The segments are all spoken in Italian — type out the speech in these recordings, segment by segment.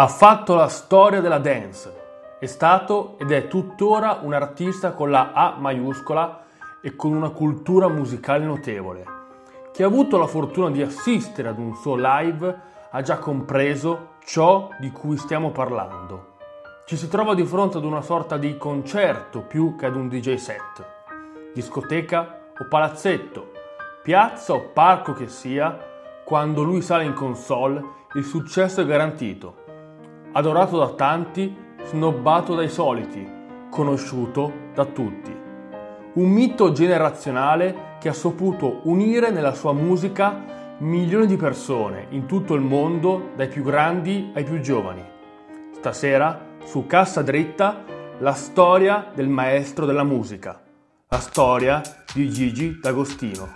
Ha fatto la storia della dance. È stato ed è tuttora un artista con la A maiuscola e con una cultura musicale notevole. Chi ha avuto la fortuna di assistere ad un suo live ha già compreso ciò di cui stiamo parlando. Ci si trova di fronte ad una sorta di concerto più che ad un DJ set. Discoteca o palazzetto, piazza o parco che sia, quando lui sale in console il successo è garantito. Adorato da tanti, snobbato dai soliti, conosciuto da tutti. Un mito generazionale che ha saputo unire nella sua musica milioni di persone in tutto il mondo, dai più grandi ai più giovani. Stasera, su Cassa Dritta, la storia del maestro della musica, la storia di Gigi D'Agostino.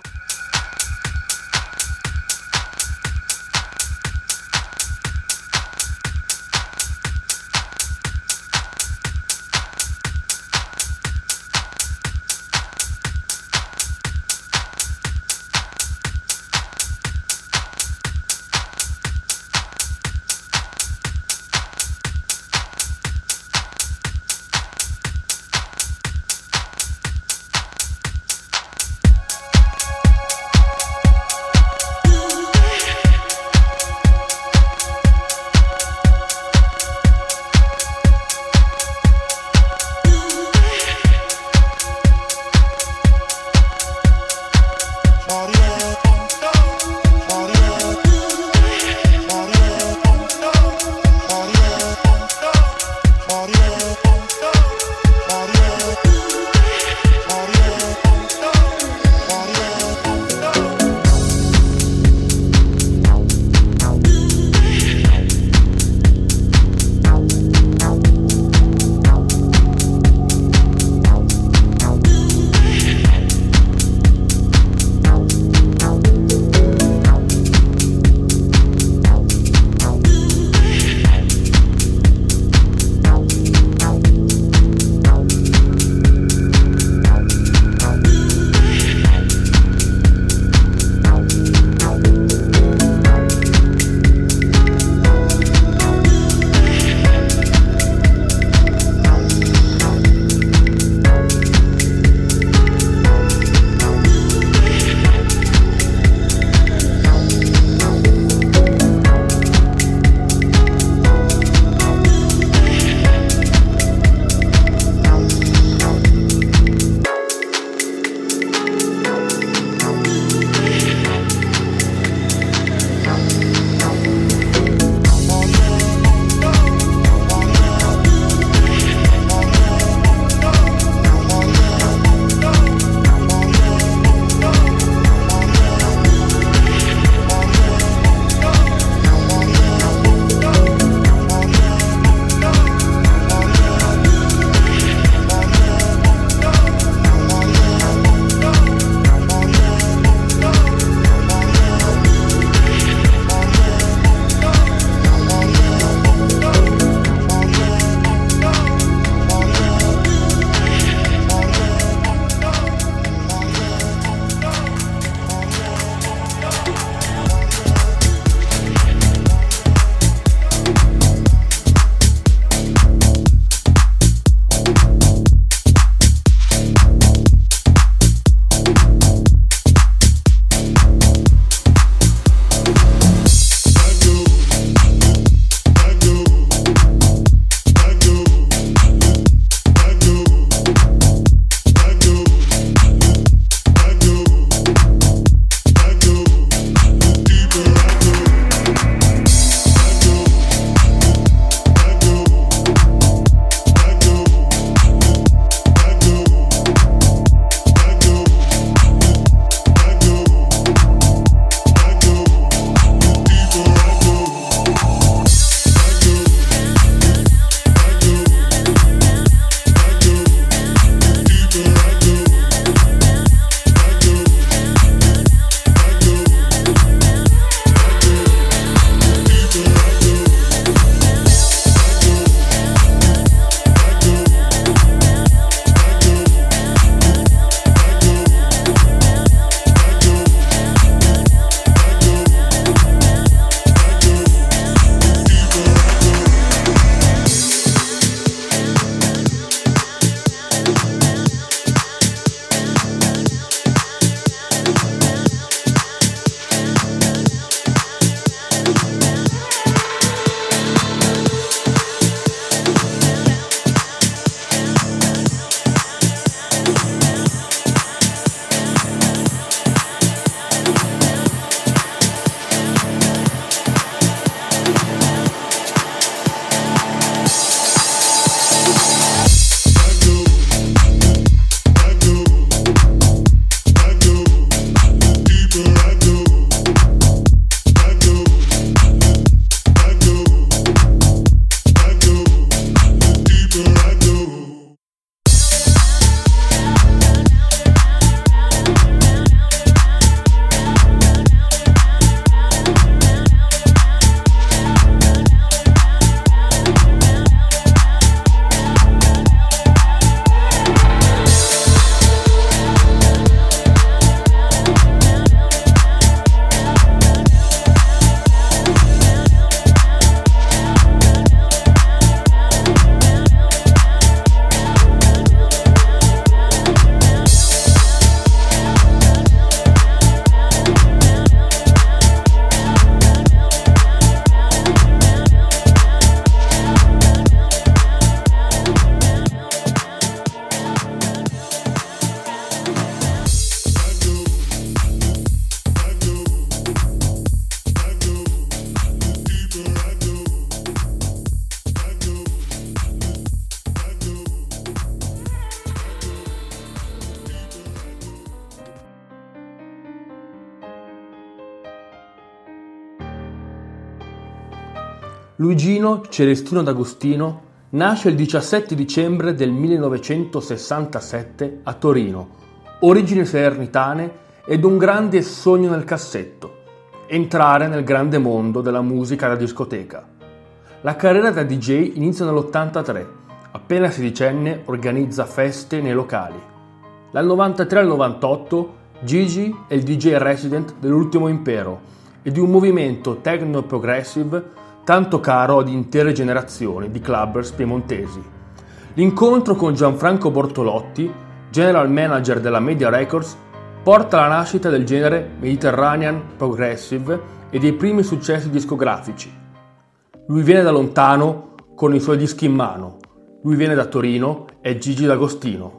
Luigino Celestino D'Agostino nasce il 17 dicembre del 1967 a Torino, origini salernitane ed un grande sogno nel cassetto: entrare nel grande mondo della musica da discoteca. La carriera da DJ inizia nell'83, appena sedicenne organizza feste nei locali. Dal 93 al 98 Gigi è il DJ resident dell'Ultimo Impero e di un movimento techno-progressive tanto caro ad intere generazioni di clubbers piemontesi. L'incontro con Gianfranco Bortolotti, general manager della Media Records, porta alla nascita del genere Mediterranean Progressive e dei primi successi discografici. Lui viene da lontano con i suoi dischi in mano. Lui viene da Torino, è Gigi D'Agostino.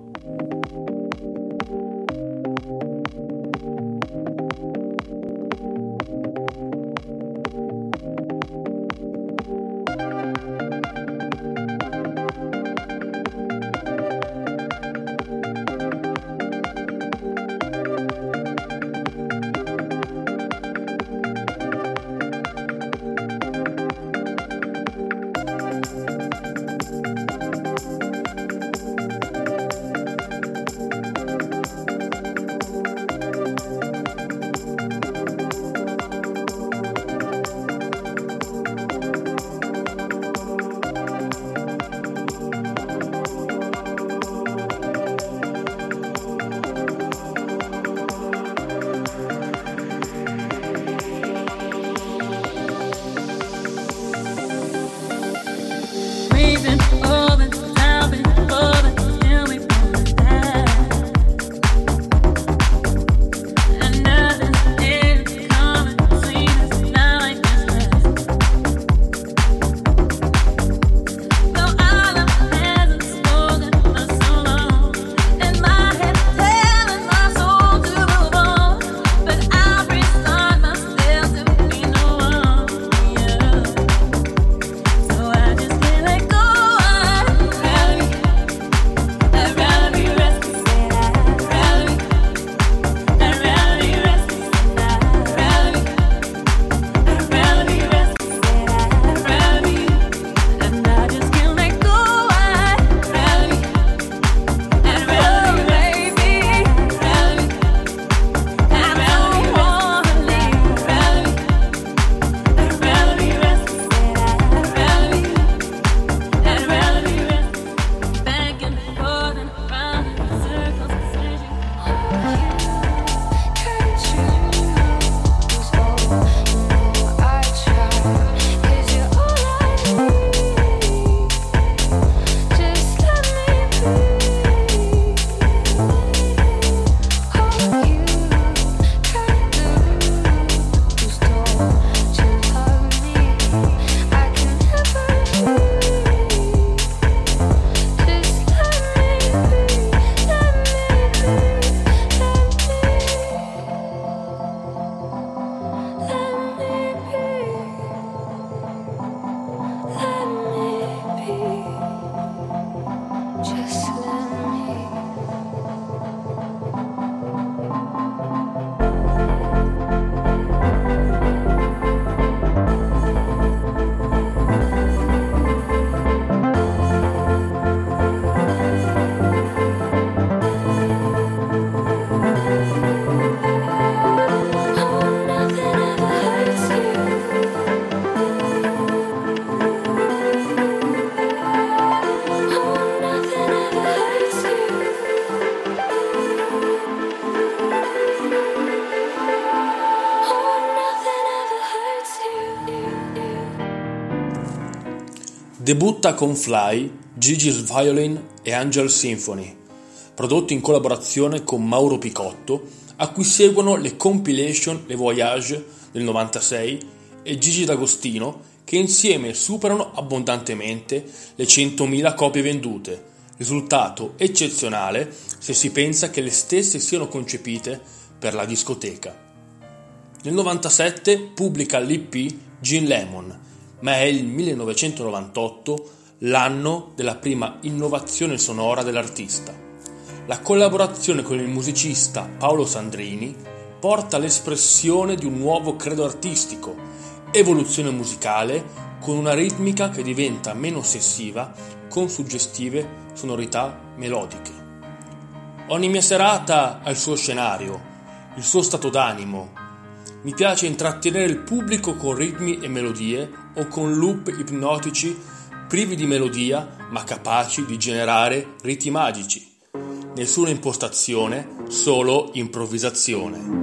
Debutta con Fly, Gigi's Violin e Angel Symphony, prodotto in collaborazione con Mauro Picotto, a cui seguono le compilation Le Voyage del 96 e Gigi D'Agostino, che insieme superano abbondantemente le 100.000 copie vendute, risultato eccezionale se si pensa che le stesse siano concepite per la discoteca. Nel 97 pubblica l'EP Gin Lemon, ma è il 1998 l'anno della prima innovazione sonora dell'artista. La collaborazione con il musicista Paolo Sandrini porta all'espressione di un nuovo credo artistico evoluzione musicale con una ritmica che diventa meno ossessiva con suggestive sonorità melodiche. Ogni mia serata ha il suo scenario, il suo stato d'animo. Mi piace intrattenere il pubblico con ritmi e melodie o con loop ipnotici privi di melodia ma capaci di generare riti magici. Nessuna impostazione, solo improvvisazione.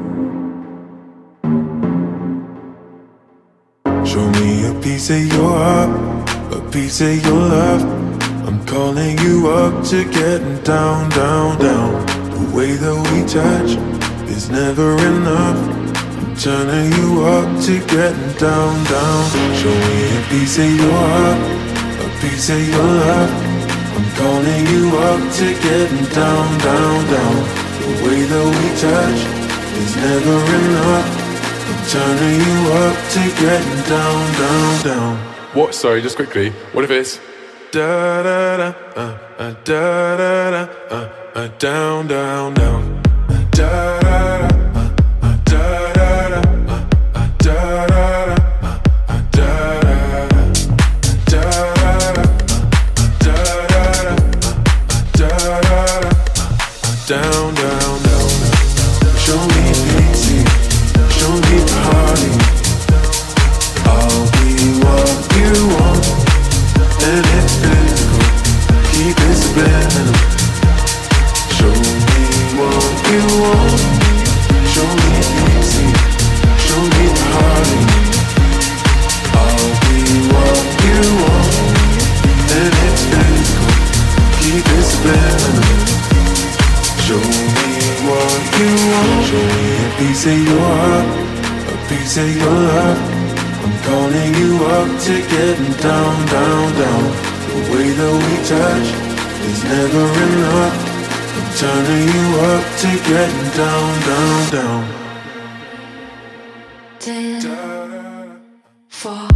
Show me a piece of your heart, a piece of your love. I'm calling you up to getting down, down, down. The way that we touch is never enough. I'm turning you up to getting down, down. Show me a piece of your heart, a piece of your love. I'm calling you up to getting down, down, down. The way that we touch is never enough. Turning you up to getting down, down, down. What? Sorry, just quickly. What if it's da da da da da da down, down, down. Da da da da da da down, down, down. Show me pity. Show me party. I'll be what you want, and it's physical. Keep it subliminal. Show me what you want. Show me easy. Show me party. I'll be what you want, and it's physical. Keep it subliminal. Show me what you want. Show me a piece of your heart, a piece of your love. I'm calling you up to getting down, down, down. The way that we touch is never enough. I'm turning you up to getting down, down, down. 10, 4.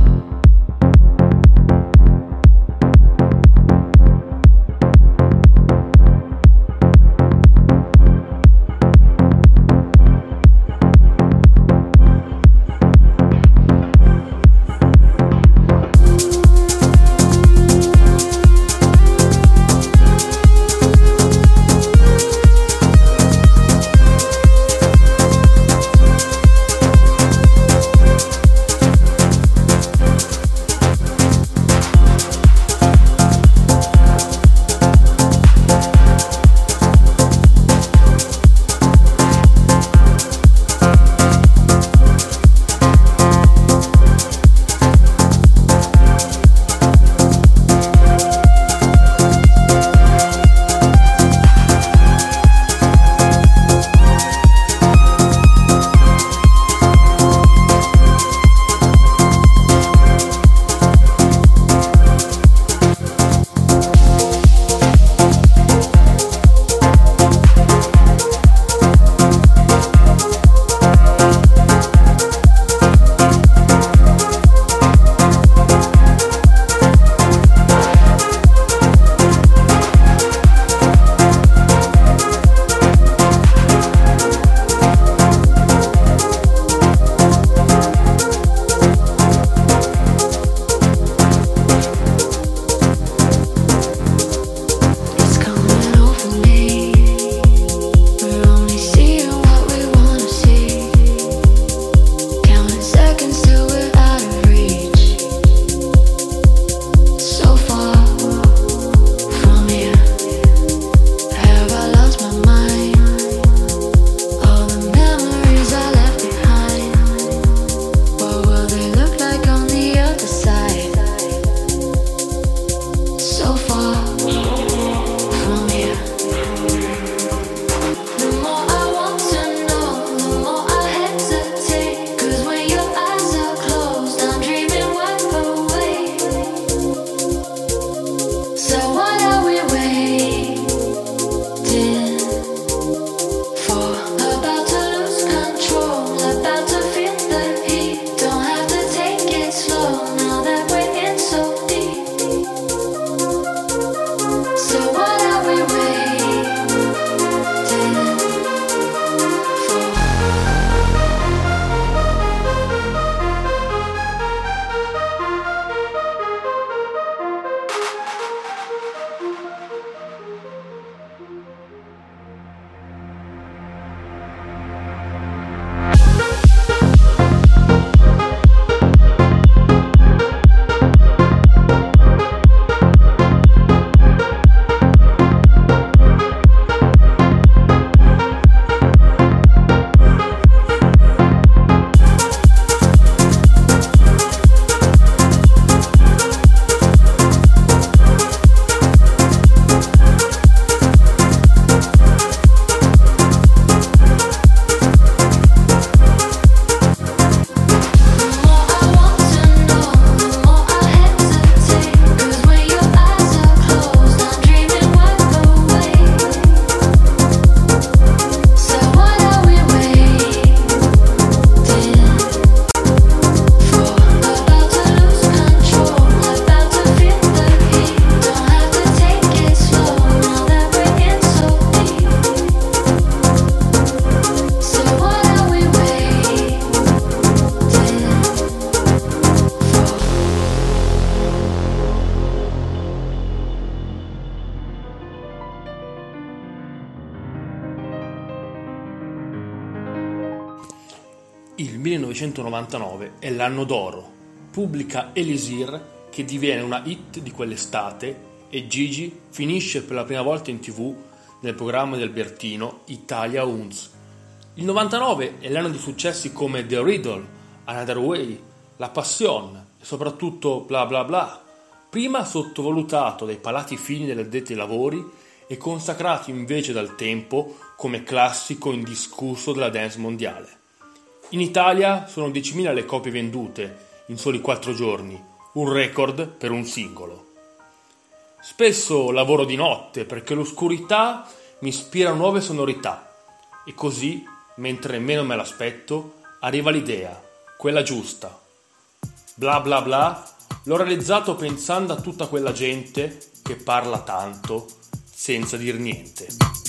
1999 è l'anno d'oro. Pubblica Elisir, che diviene una hit di quell'estate, e Gigi finisce per la prima volta in TV nel programma di Albertino Italia Unz. Il 99 è l'anno di successi come The Riddle, Another Way, La Passion e soprattutto Bla Bla Bla, prima sottovalutato dai palati fini degli addetti ai lavori e consacrato invece dal tempo come classico indiscusso della dance mondiale. In Italia sono 10.000 le copie vendute in soli 4 giorni, un record per un singolo. Spesso lavoro di notte perché l'oscurità mi ispira nuove sonorità e così, mentre meno me l'aspetto, arriva l'idea, quella giusta. Bla Bla Bla l'ho realizzato pensando a tutta quella gente che parla tanto senza dir niente.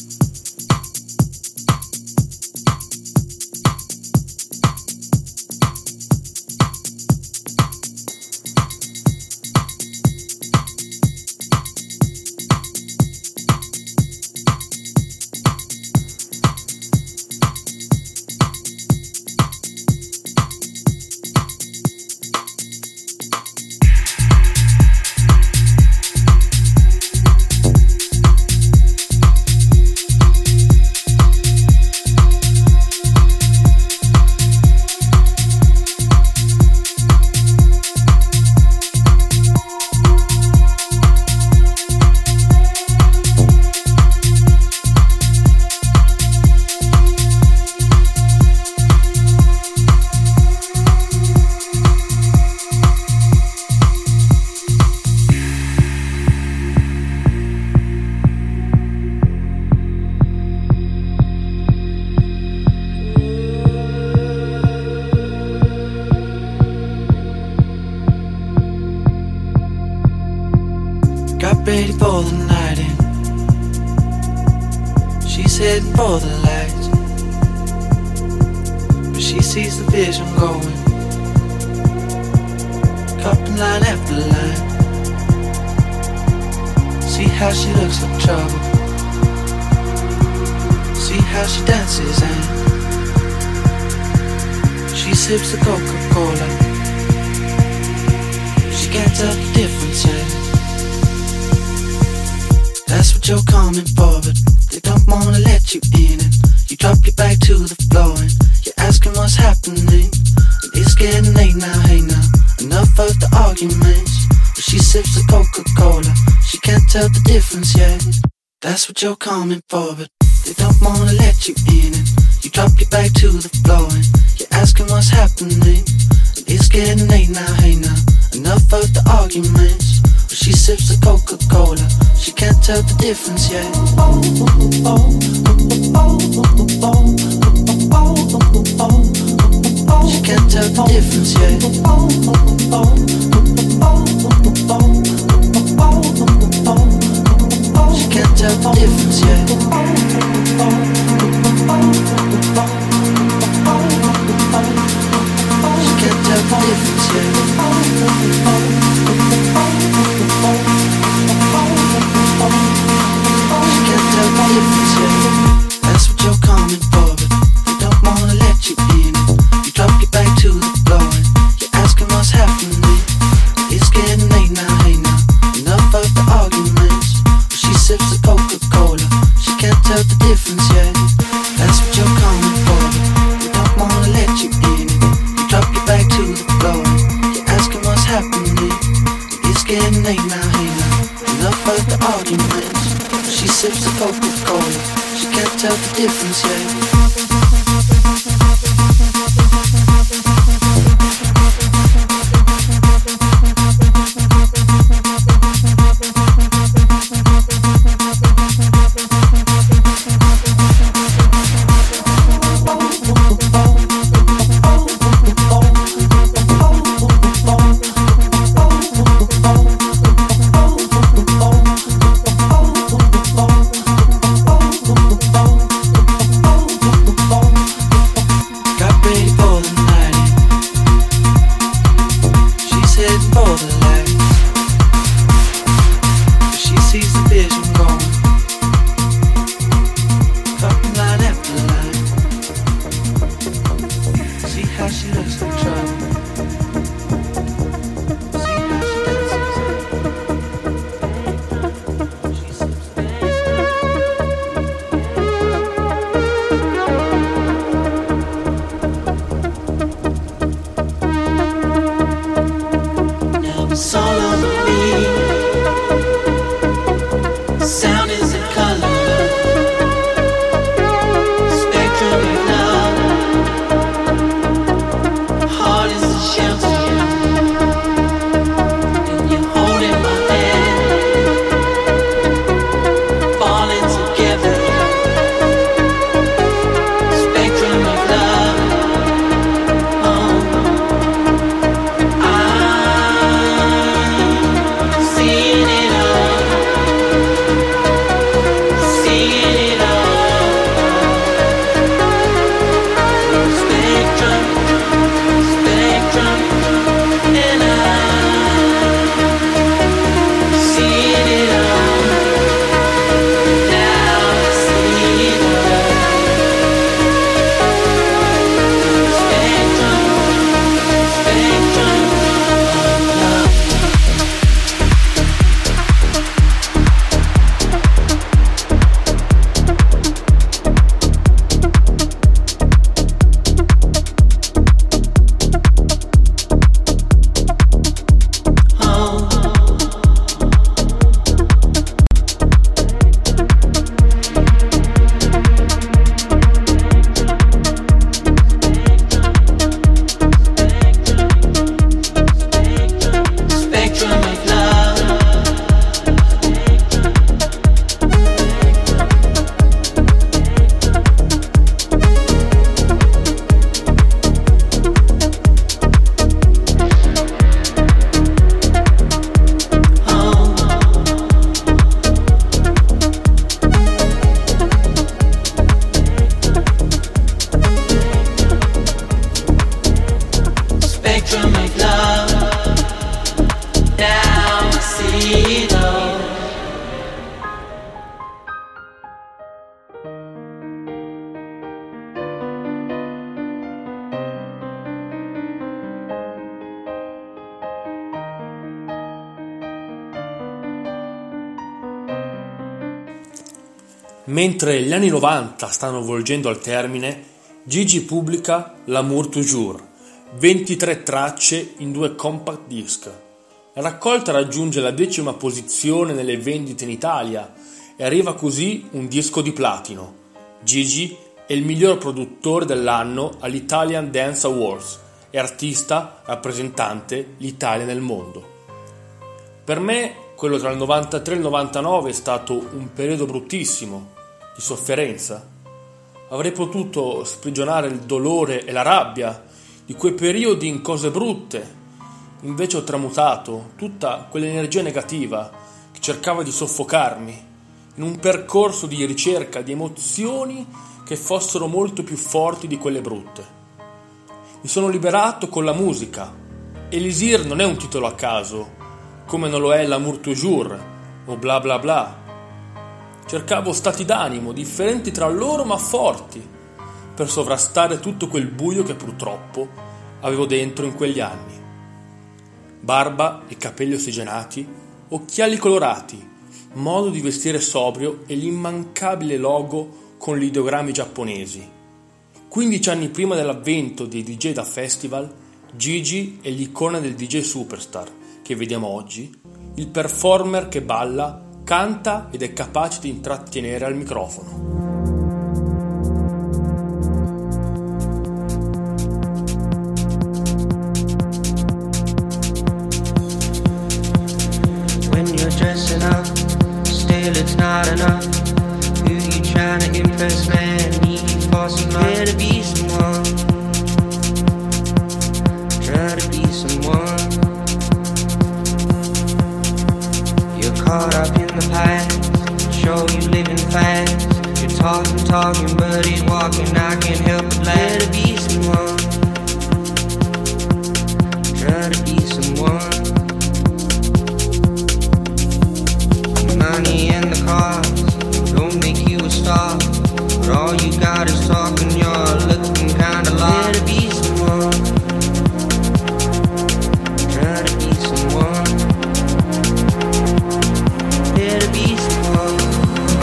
Ready for the night in. She's heading for the lights, but she sees the vision going, cupping line after line. See how she looks like trouble, see how she dances and she sips the Coca-Cola. She can't tell the difference yet. That's what you're coming for, but they don't wanna let you in. And you drop your back to the floor and you're asking what's happening. And it's getting late now, hey now, enough of the arguments. But she sips the Coca-Cola, she can't tell the difference yet. That's what you're coming for, but they don't wanna let you in. And you drop your back to the floor and you're asking what's happening. And it's getting late now, hey now, enough of the arguments. But she sips the Coca-Cola, she can't tell the difference yet. She can't tell the difference yet. She can't tell the difference yet. She can't tell the difference yet. She can't tell the difference yet. That's what you're coming for, but they don't wanna let you in. You drop your back to the floor and you're asking what's happening. It's getting late now, hey now, enough of the arguments. But she sips the Coca-Cola, she can't tell the difference yet. That's what you're coming for, but they don't wanna let you in. You drop your back to the floor and you're asking what's happening. It's getting late now, hey now, enough of the arguments. She sips the Coca-Cola, she can't tell the difference yet. to make love down the sea though. Mentre gli anni 90 stanno volgendo al termine, Gigi pubblica L'amour toujours, 23 tracce in 2 compact disc. La raccolta raggiunge la 10ª posizione nelle vendite in Italia e arriva così un disco di platino. Gigi è il miglior produttore dell'anno all'Italian Dance Awards e artista rappresentante l'Italia nel mondo. Per me, quello tra il 93 e il 99 è stato un periodo bruttissimo, di sofferenza. Avrei potuto sprigionare il dolore e la rabbia di quei periodi in cose brutte, invece ho tramutato tutta quell'energia negativa che cercava di soffocarmi in un percorso di ricerca di emozioni che fossero molto più forti di quelle brutte. Mi sono liberato con la musica. Elisir non è un titolo a caso, come non lo è L'amour toujours o bla bla bla. Cercavo stati d'animo differenti tra loro ma forti per sovrastare tutto quel buio che purtroppo avevo dentro in quegli anni. Barba e capelli ossigenati, occhiali colorati, modo di vestire sobrio e l'immancabile logo con gli ideogrammi giapponesi. 15 anni prima dell'avvento dei DJ da festival, Gigi è l'icona del DJ superstar che vediamo oggi, il performer che balla, canta ed è capace di intrattenere al microfono. When you're dressing up, still it's not enough. Who you trying to impress, man? Need you for some love. Try to be someone. Try to be someone. You're caught up in the past, show you living fast. You're talking, but he's walking. I can't help but laugh. Try to be someone. Try to be someone. The money and the cars don't make you a star, but all you got is talking. You're looking kinda lost. Try to be someone. Try to be someone. Try to be someone.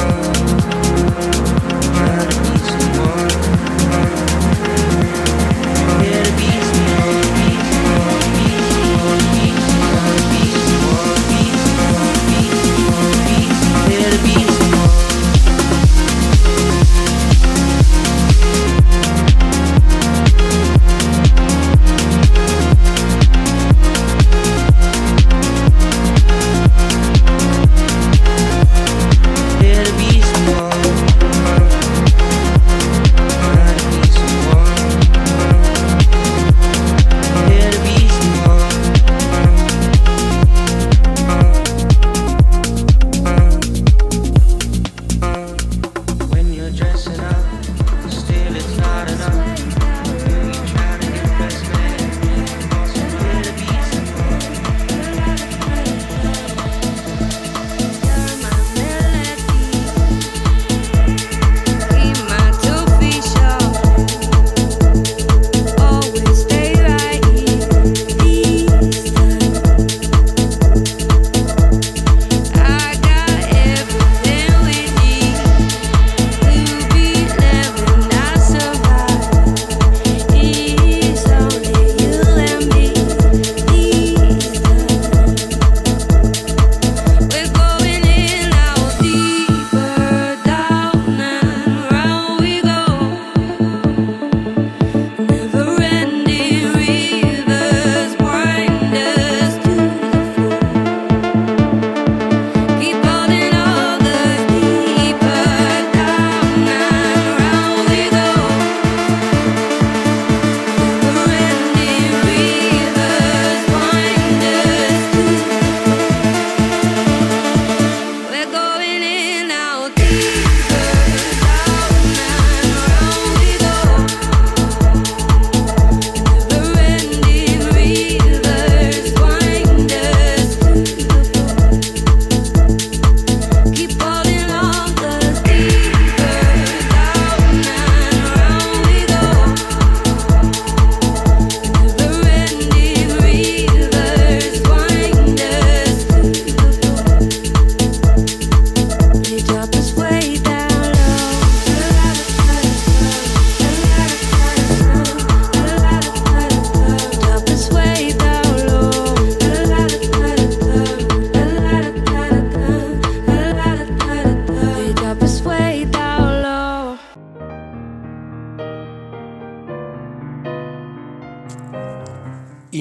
Try to be someone.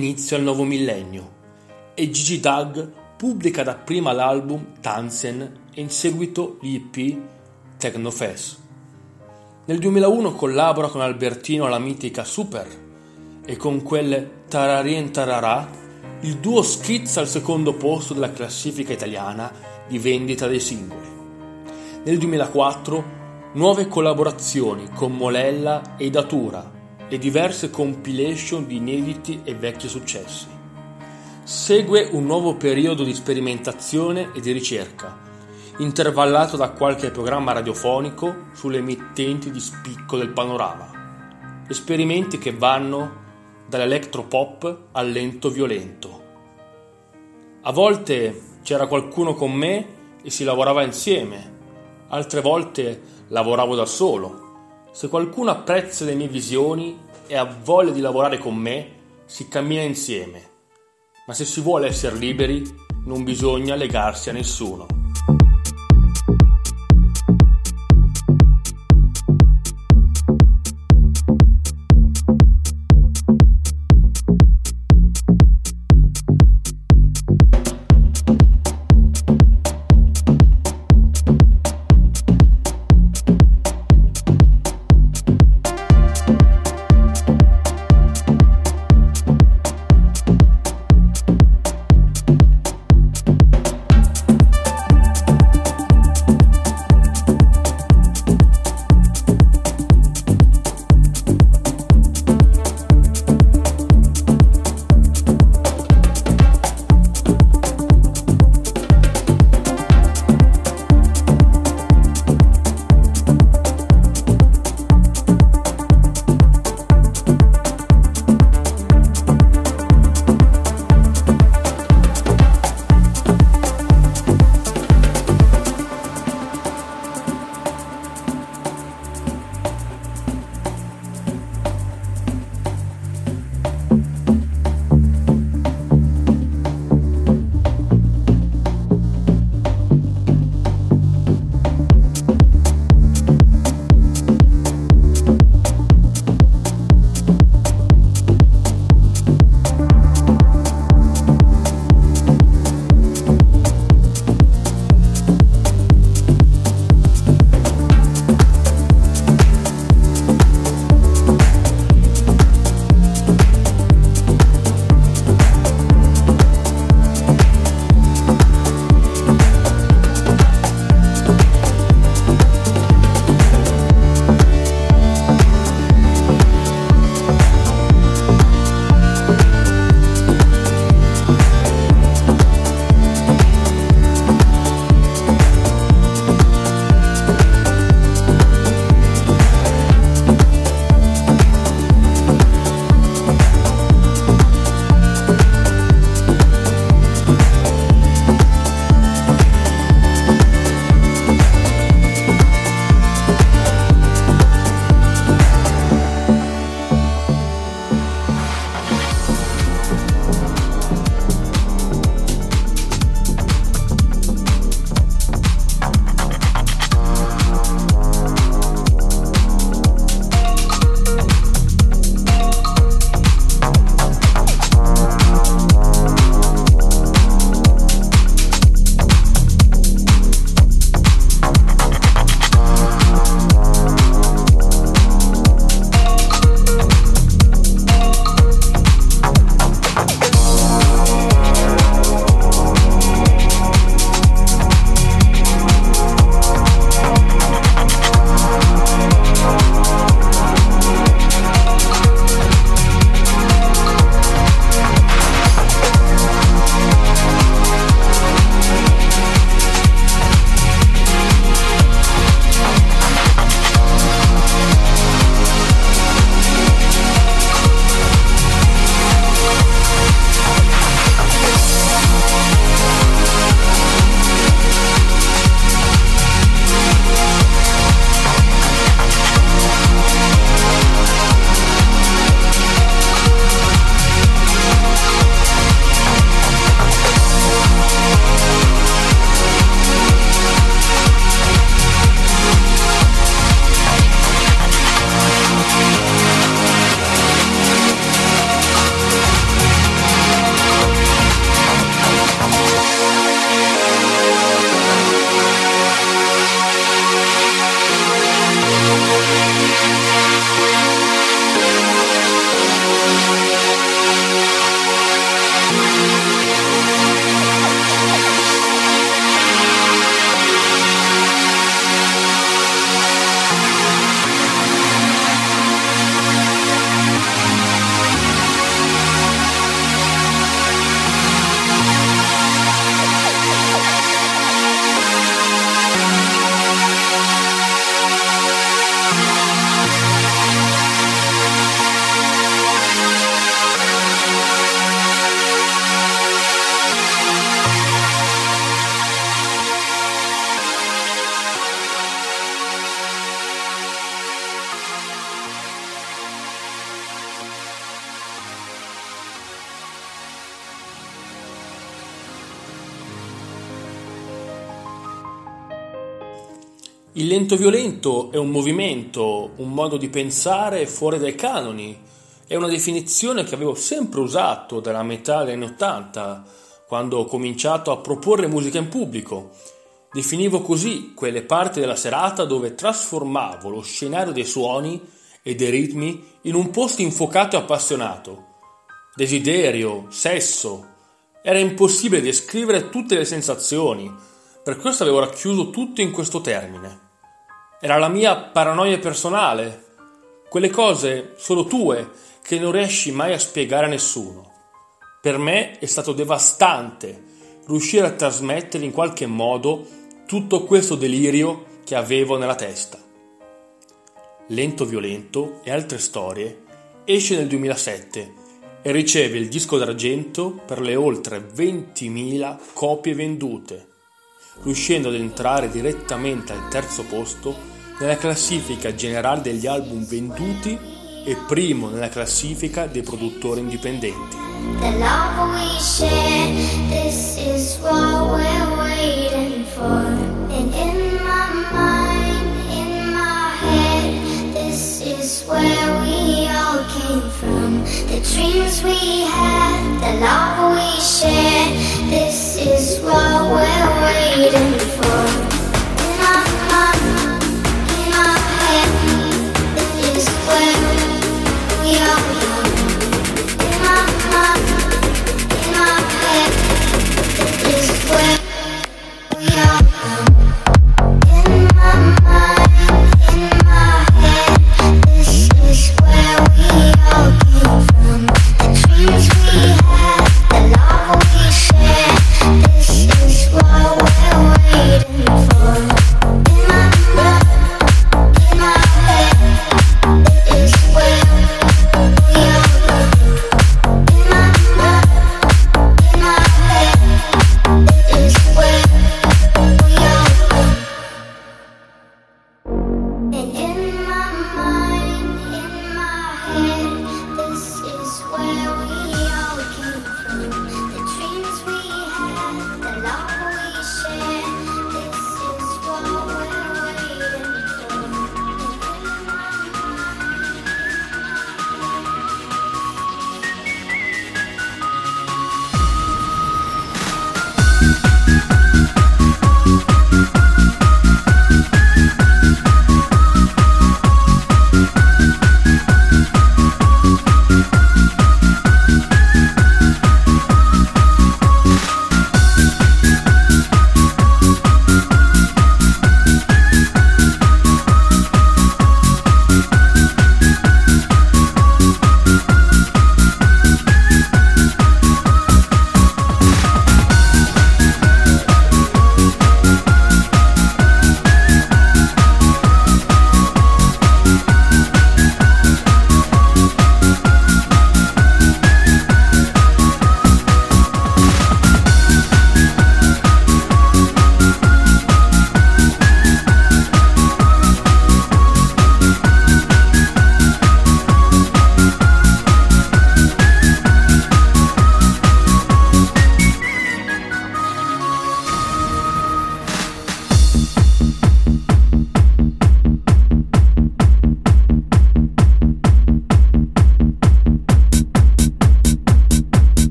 inizia il nuovo millennio e Gigi Doug pubblica dapprima l'album Tanzen e in seguito l'EP Technofest. Nel 2001 collabora con Albertino alla mitica Super e con quelle Tararien Tararà il duo schizza al secondo posto della classifica italiana di vendita dei singoli. Nel 2004 nuove collaborazioni con Molella e Datura e diverse compilation di inediti e vecchi successi. Segue un nuovo periodo di sperimentazione e di ricerca, intervallato da qualche programma radiofonico sulle emittenti di spicco del panorama. Esperimenti che vanno dall'electropop al lento violento. A volte c'era qualcuno con me e si lavorava insieme, altre volte lavoravo da solo. Se qualcuno apprezza le mie visioni e ha voglia di lavorare con me, si cammina insieme. Ma se si vuole essere liberi, non bisogna legarsi a nessuno. Il lento violento è un movimento, un modo di pensare fuori dai canoni. È una definizione che avevo sempre usato dalla metà degli anni '80, quando ho cominciato a proporre musica in pubblico. Definivo così quelle parti della serata dove trasformavo lo scenario dei suoni e dei ritmi in un posto infuocato e appassionato. Desiderio, sesso. Era impossibile descrivere tutte le sensazioni. Per questo avevo racchiuso tutto in questo termine. Era la mia paranoia personale, quelle cose solo tue che non riesci mai a spiegare a nessuno. Per me è stato devastante riuscire a trasmettere in qualche modo tutto questo delirio che avevo nella testa. Lento violento e altre storie esce nel 2007 e riceve il disco d'argento per le oltre 20.000 copie vendute, riuscendo ad entrare direttamente al terzo posto nella classifica generale degli album venduti e primo nella classifica dei produttori indipendenti. The love we share, this is what we're waiting for. And in my mind, in my head, this is where we all came from. The dreams we had, the love we share, this is what we're waiting for. In my mind, in my head, this is where we all belong. In my mind, in my head, this is where we all belong. In my mind, in my head, this is where we all came from. The dreams we had,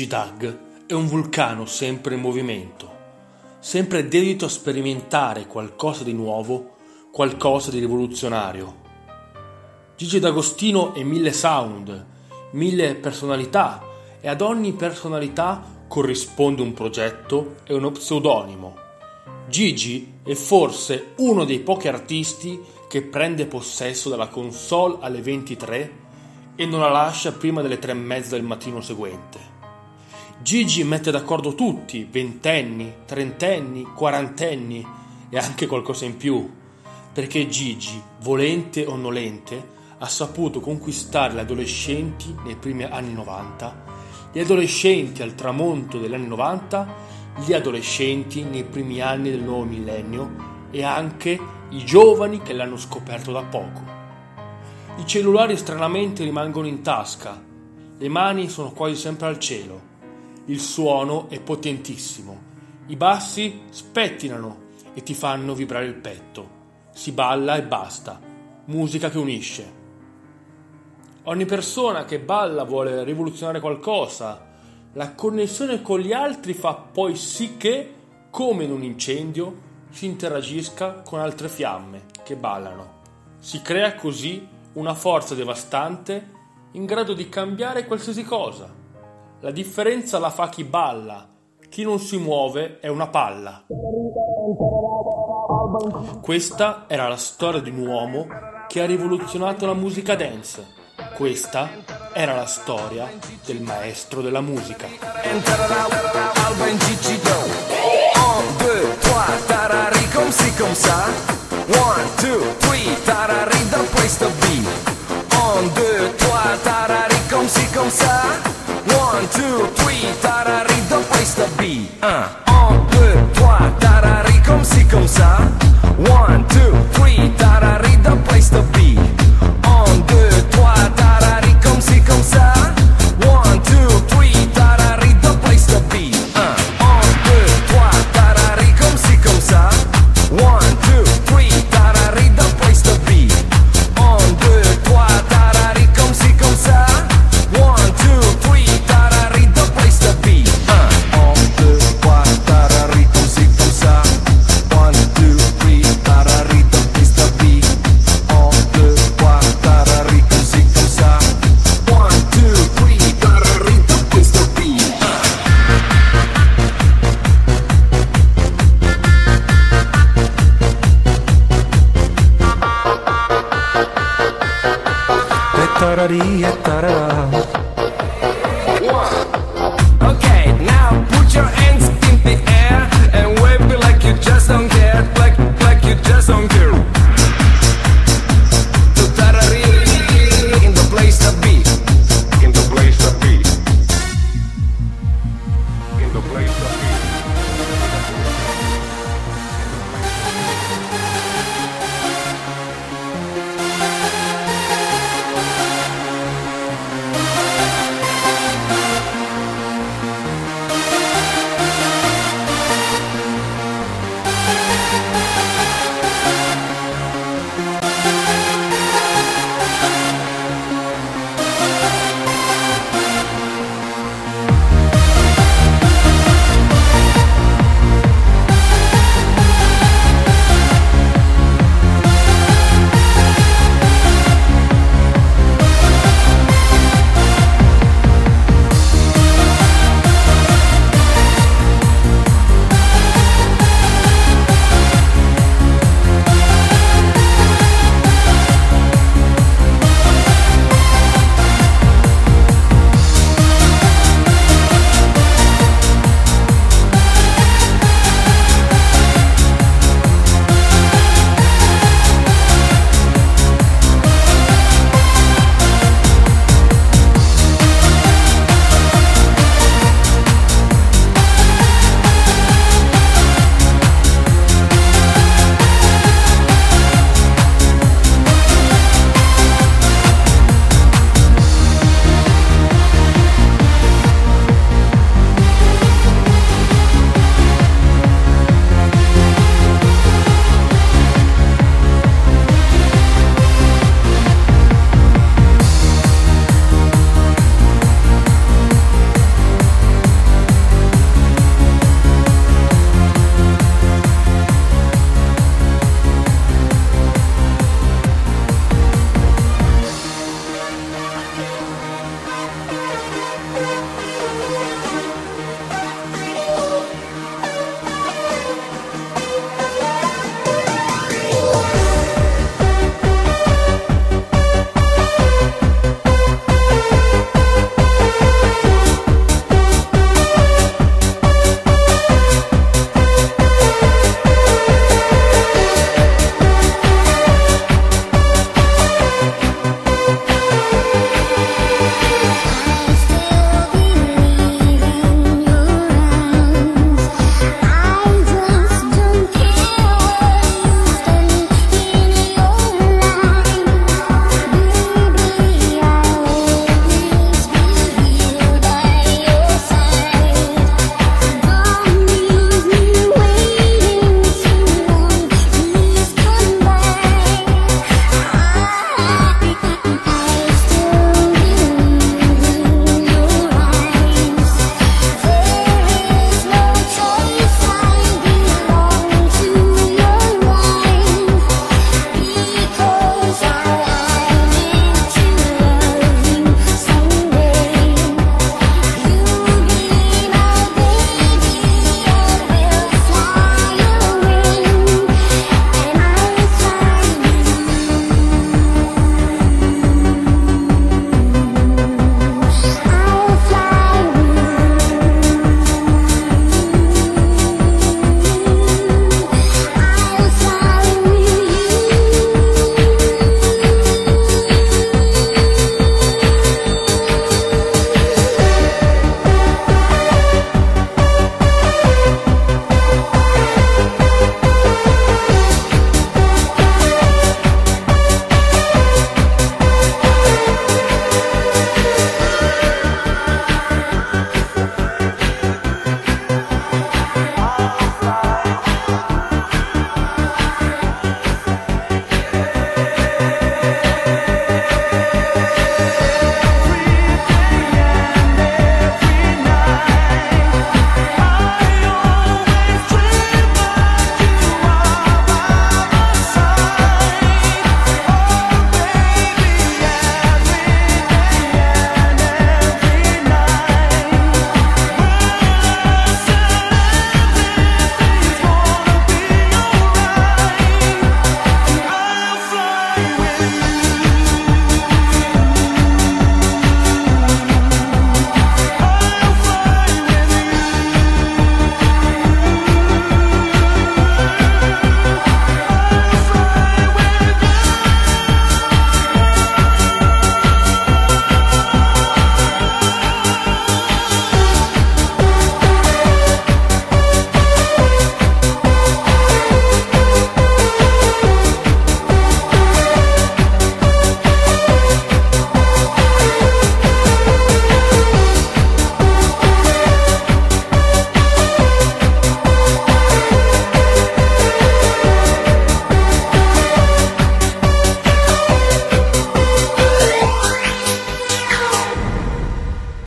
Dag è un vulcano sempre in movimento, sempre dedito a sperimentare qualcosa di nuovo, qualcosa di rivoluzionario. Gigi D'Agostino è 1000 sound, 1000 personalità, e ad ogni personalità corrisponde un progetto e uno pseudonimo. Gigi è forse uno dei pochi artisti che prende possesso della console alle 23 e non la lascia prima delle 3:30 del mattino seguente. Gigi mette d'accordo tutti, ventenni, trentenni, quarantenni e anche qualcosa in più, perché Gigi, volente o nolente, ha saputo conquistare gli adolescenti nei primi anni 90, gli adolescenti al tramonto degli anni 90, gli adolescenti nei primi anni del nuovo millennio e anche i giovani che l'hanno scoperto da poco. I cellulari stranamente rimangono in tasca, le mani sono quasi sempre al cielo, il suono è potentissimo, i bassi spettinano e ti fanno vibrare il petto, si balla e basta, musica che unisce. Ogni persona che balla vuole rivoluzionare qualcosa, la connessione con gli altri fa poi sì che, come in un incendio, si interagisca con altre fiamme che ballano. Si crea così una forza devastante in grado di cambiare qualsiasi cosa. La differenza la fa chi balla, chi non si muove è una palla. Questa era la storia di un uomo che ha rivoluzionato la musica dance. Questa era la storia del maestro della musica. 1, 2, 3, tarari comme ci comme ça. 1, 2, 3, tarari the place to be. 1, 2, 3, tarari comme ci comme ça. 1, 2, 3, tarari the place to be. 1, 2, 3, tarari comme ci comme ça. 1, 2, 3, tarari the place to be. 1, 2, 3, tarari comme ci comme ça. 1, 2, 3, tarari the place to be. 1, 2, 3, tarari comme ci comme ça. 1, 2, 3, tarari the place to be. 1, 2, 3, tarari comme ci comme ça. 1, 2, 3, tarari the place to be. 1, 2, 3, tarari comme ci comme ça. 1, 2, 3, tarari the place to be. 1, 2, 3, tarari comme ci comme ça. 1, 2, 3, tarari the place to be. Okay, now put your hands in the air and wave it like you just don't care, like you just don't care.